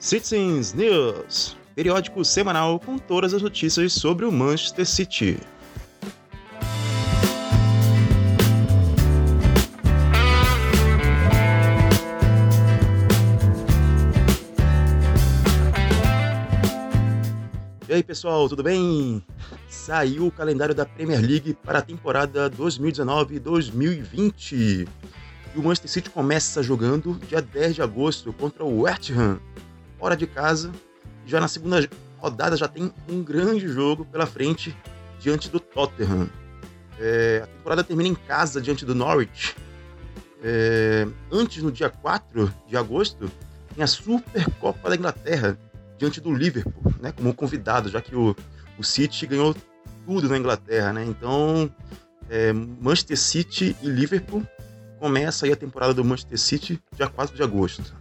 Citizens News, periódico semanal com todas as notícias sobre o Manchester City. E aí pessoal, tudo bem? Saiu o calendário da Premier League para a temporada 2019-2020 e o Manchester City começa jogando dia 10 de agosto contra o West Ham, fora de casa. Já na segunda rodada já tem um grande jogo pela frente diante do Tottenham. A temporada termina em casa diante do Norwich. Antes, no dia 4 de agosto, tem a Supercopa da Inglaterra diante do Liverpool, né, como convidado, já que o City ganhou tudo na Inglaterra, né? Então, Manchester City e Liverpool começa aí a temporada do Manchester City dia 4 de agosto.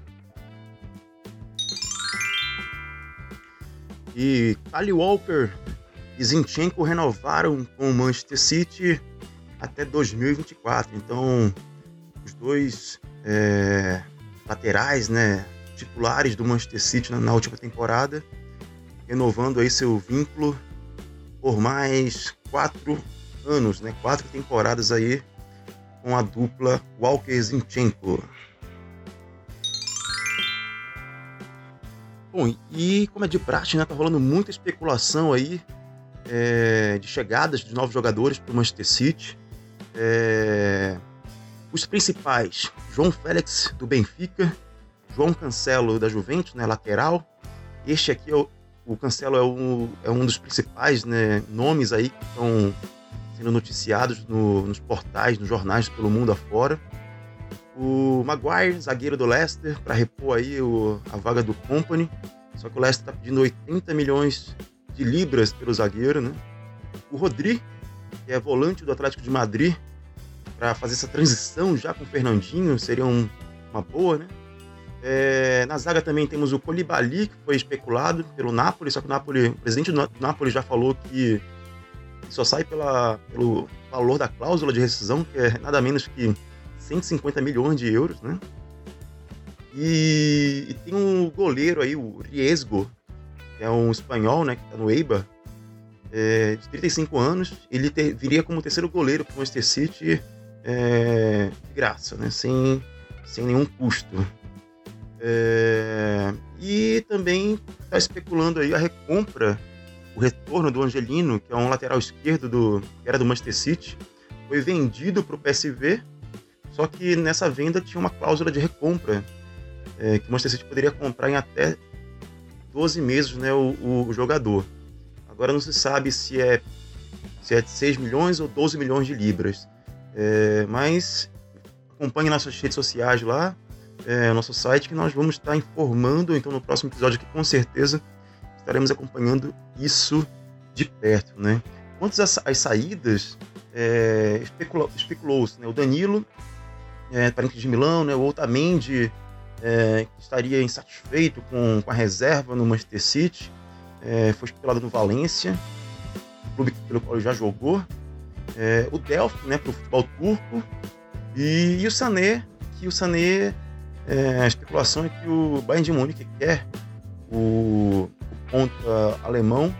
E Kyle Walker e Zinchenko renovaram com o Manchester City até 2024. Então, os dois laterais, né, titulares do Manchester City na última temporada, renovando aí seu vínculo por mais 4 anos, né, 4 temporadas aí com a dupla Walker e Zinchenko. Bom, e como é de praxe, né, tá rolando muita especulação aí de chegadas de novos jogadores para o Manchester City. Os principais: João Félix do Benfica, João Cancelo da Juventus, né, lateral. Este aqui o Cancelo é um dos principais, né, nomes aí que estão sendo noticiados nos portais, nos jornais pelo mundo afora. O Maguire, zagueiro do Leicester, para repor aí a vaga do Kompany. Só que o Leicester está pedindo 80 milhões de libras pelo zagueiro, né? O Rodri, que é volante do Atlético de Madrid, para fazer essa transição já com o Fernandinho, seria uma boa, né? Na zaga também temos o Koulibaly, que foi especulado pelo Napoli, só que o presidente do Napoli já falou que só sai pelo valor da cláusula de rescisão, que é nada menos que 150 milhões de euros, né? E tem um goleiro aí, o Riesgo, que é um espanhol, né, que está no Eibar, de 35 anos. Ele viria como terceiro goleiro para o Manchester City de graça, né, sem nenhum custo. E também está especulando aí a recompra, o retorno do Angelino, que é um lateral esquerdo que era do Manchester City. Foi vendido para o PSV, só que nessa venda tinha uma cláusula de recompra, que o Manchester City poderia comprar em até 12 meses, né, o jogador. Agora não se sabe se é de 6 milhões ou 12 milhões de libras. Mas acompanhe nossas redes sociais lá, nosso site, que nós vamos estar informando. Então no próximo episódio aqui, com certeza, estaremos acompanhando isso de perto, né? Quanto às saídas, especulou-se, né, o Danilo, para Inter de Milão, né, o Otamendi, que estaria insatisfeito com a reserva no Manchester City, foi especulado no Valência, clube pelo qual ele já jogou. O Delphi, né, para o futebol turco, e o Sané, a especulação é que o Bayern de Munique quer o ponta alemão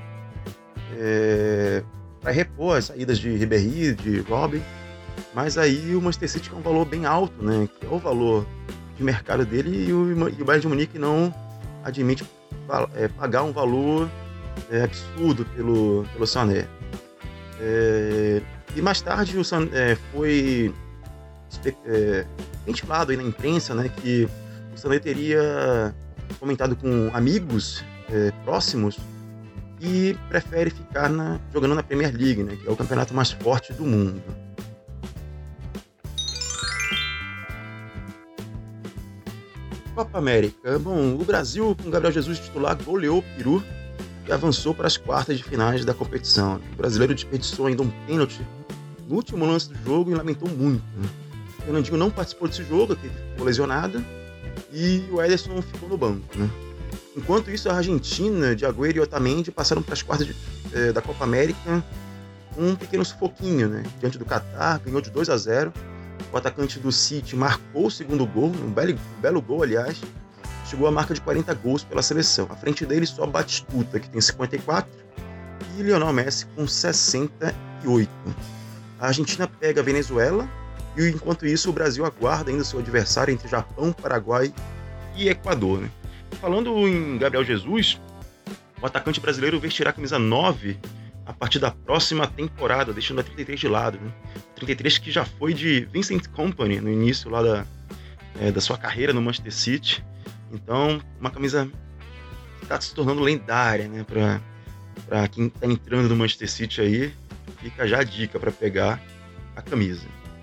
para repor as saídas de Ribéry, de Robben, mas aí o Manchester City tem um valor bem alto, né, que é o valor de mercado dele, e o Bayern de Munique não admite pagar um valor absurdo pelo Sané. E mais tarde o Sané foi ventilado aí na imprensa, né, que o Sané teria comentado com amigos próximos e prefere ficar jogando na Premier League, né, que é o campeonato mais forte do mundo. Copa América. Bom, o Brasil, com Gabriel Jesus titular, goleou o Peru e avançou para as quartas de finais da competição. O brasileiro desperdiçou ainda um pênalti no último lance do jogo e lamentou muito, né? O Fernandinho não participou desse jogo, que ele ficou lesionado, e o Ederson ficou no banco, né? Enquanto isso, a Argentina, de Agüero e Otamendi, passaram para as quartas da Copa América com um pequeno sufoquinho, né? Diante do Catar, ganhou de 2-0. O atacante do City marcou o segundo gol, um belo gol, aliás. chegou à marca de 40 gols pela seleção. À frente dele só Batistuta, que tem 54, e Lionel Messi com 68. A Argentina pega a Venezuela, e enquanto isso o Brasil aguarda ainda seu adversário entre Japão, Paraguai e Equador, né? Falando em Gabriel Jesus, o atacante brasileiro vestirá a camisa 9 a partir da próxima temporada, deixando a 33 de lado, né? 33 que já foi de Vincent Kompany no início lá da sua carreira no Manchester City. Então, uma camisa que está se tornando lendária, né? Para quem está entrando no Manchester City aí, fica já a dica para pegar a camisa.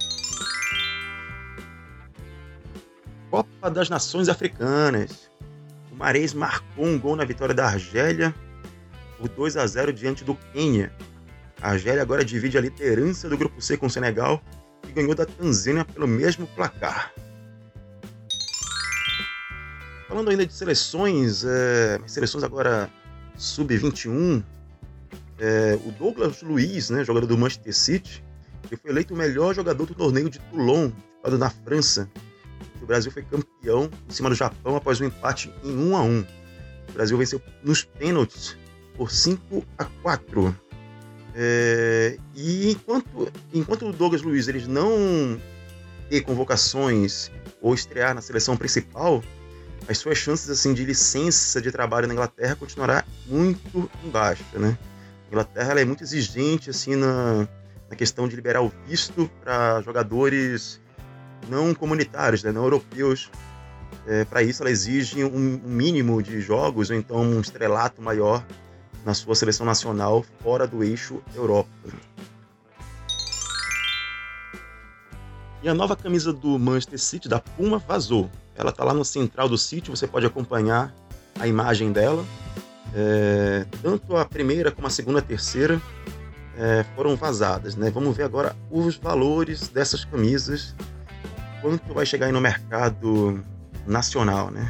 Copa das Nações Africanas. O Mahrez marcou um gol na vitória da Argélia por 2-0 diante do Quênia. A Argélia agora divide a liderança do Grupo C com o Senegal e ganhou da Tanzânia pelo mesmo placar. Falando ainda de seleções, seleções agora sub-21, o Douglas Luiz, né, jogador do Manchester City, ele foi eleito o melhor jogador do torneio de Toulon, disputado na França. O Brasil foi campeão em cima do Japão após um empate em 1-1. O Brasil venceu nos pênaltis por 5-4. E enquanto o Douglas Luiz eles não ter convocações ou estrear na seleção principal, as suas chances assim, de licença de trabalho na Inglaterra continuará muito em baixa, né? A Inglaterra ela é muito exigente assim, na questão de liberar o visto para jogadores não comunitários, né, não europeus. Para isso ela exige um mínimo de jogos ou então um estrelato maior na sua seleção nacional fora do eixo Europa. E a nova camisa do Manchester City, da Puma, vazou. Ela está lá no central do sítio, você pode acompanhar a imagem dela. Tanto a primeira como a segunda e a terceira foram vazadas, né? Vamos ver agora os valores dessas camisas, quanto vai chegar aí no mercado nacional, né?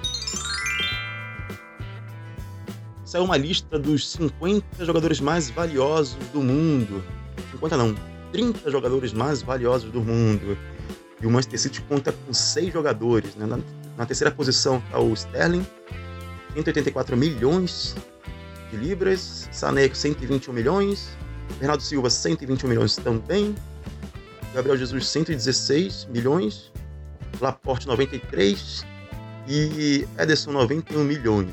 Saiu uma lista dos 50 jogadores mais valiosos do mundo. 50 não, 30 jogadores mais valiosos do mundo. E o Manchester City conta com 6 jogadores, né? Na terceira posição está o Sterling, 184 milhões de libras. Sané, 121 milhões. Bernardo Silva, 121 milhões também. Gabriel Jesus, 116 milhões. Laporte, 93. E Ederson, 91 milhões.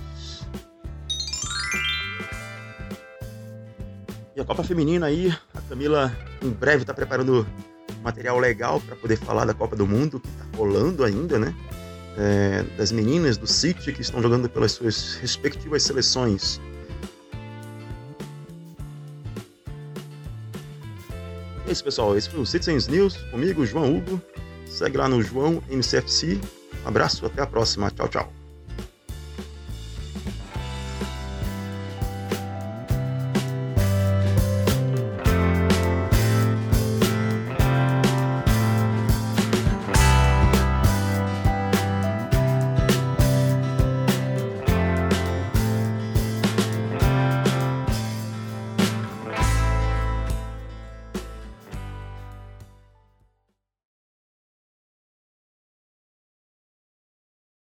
E a Copa Feminina aí, a Camila em breve está preparando material legal para poder falar da Copa do Mundo, que está rolando ainda, né? Das meninas do City que estão jogando pelas suas respectivas seleções. É isso, pessoal. Esse foi o Citizens News, comigo, João Hugo. Segue lá no João MCFC. Um abraço, até a próxima. Tchau, tchau.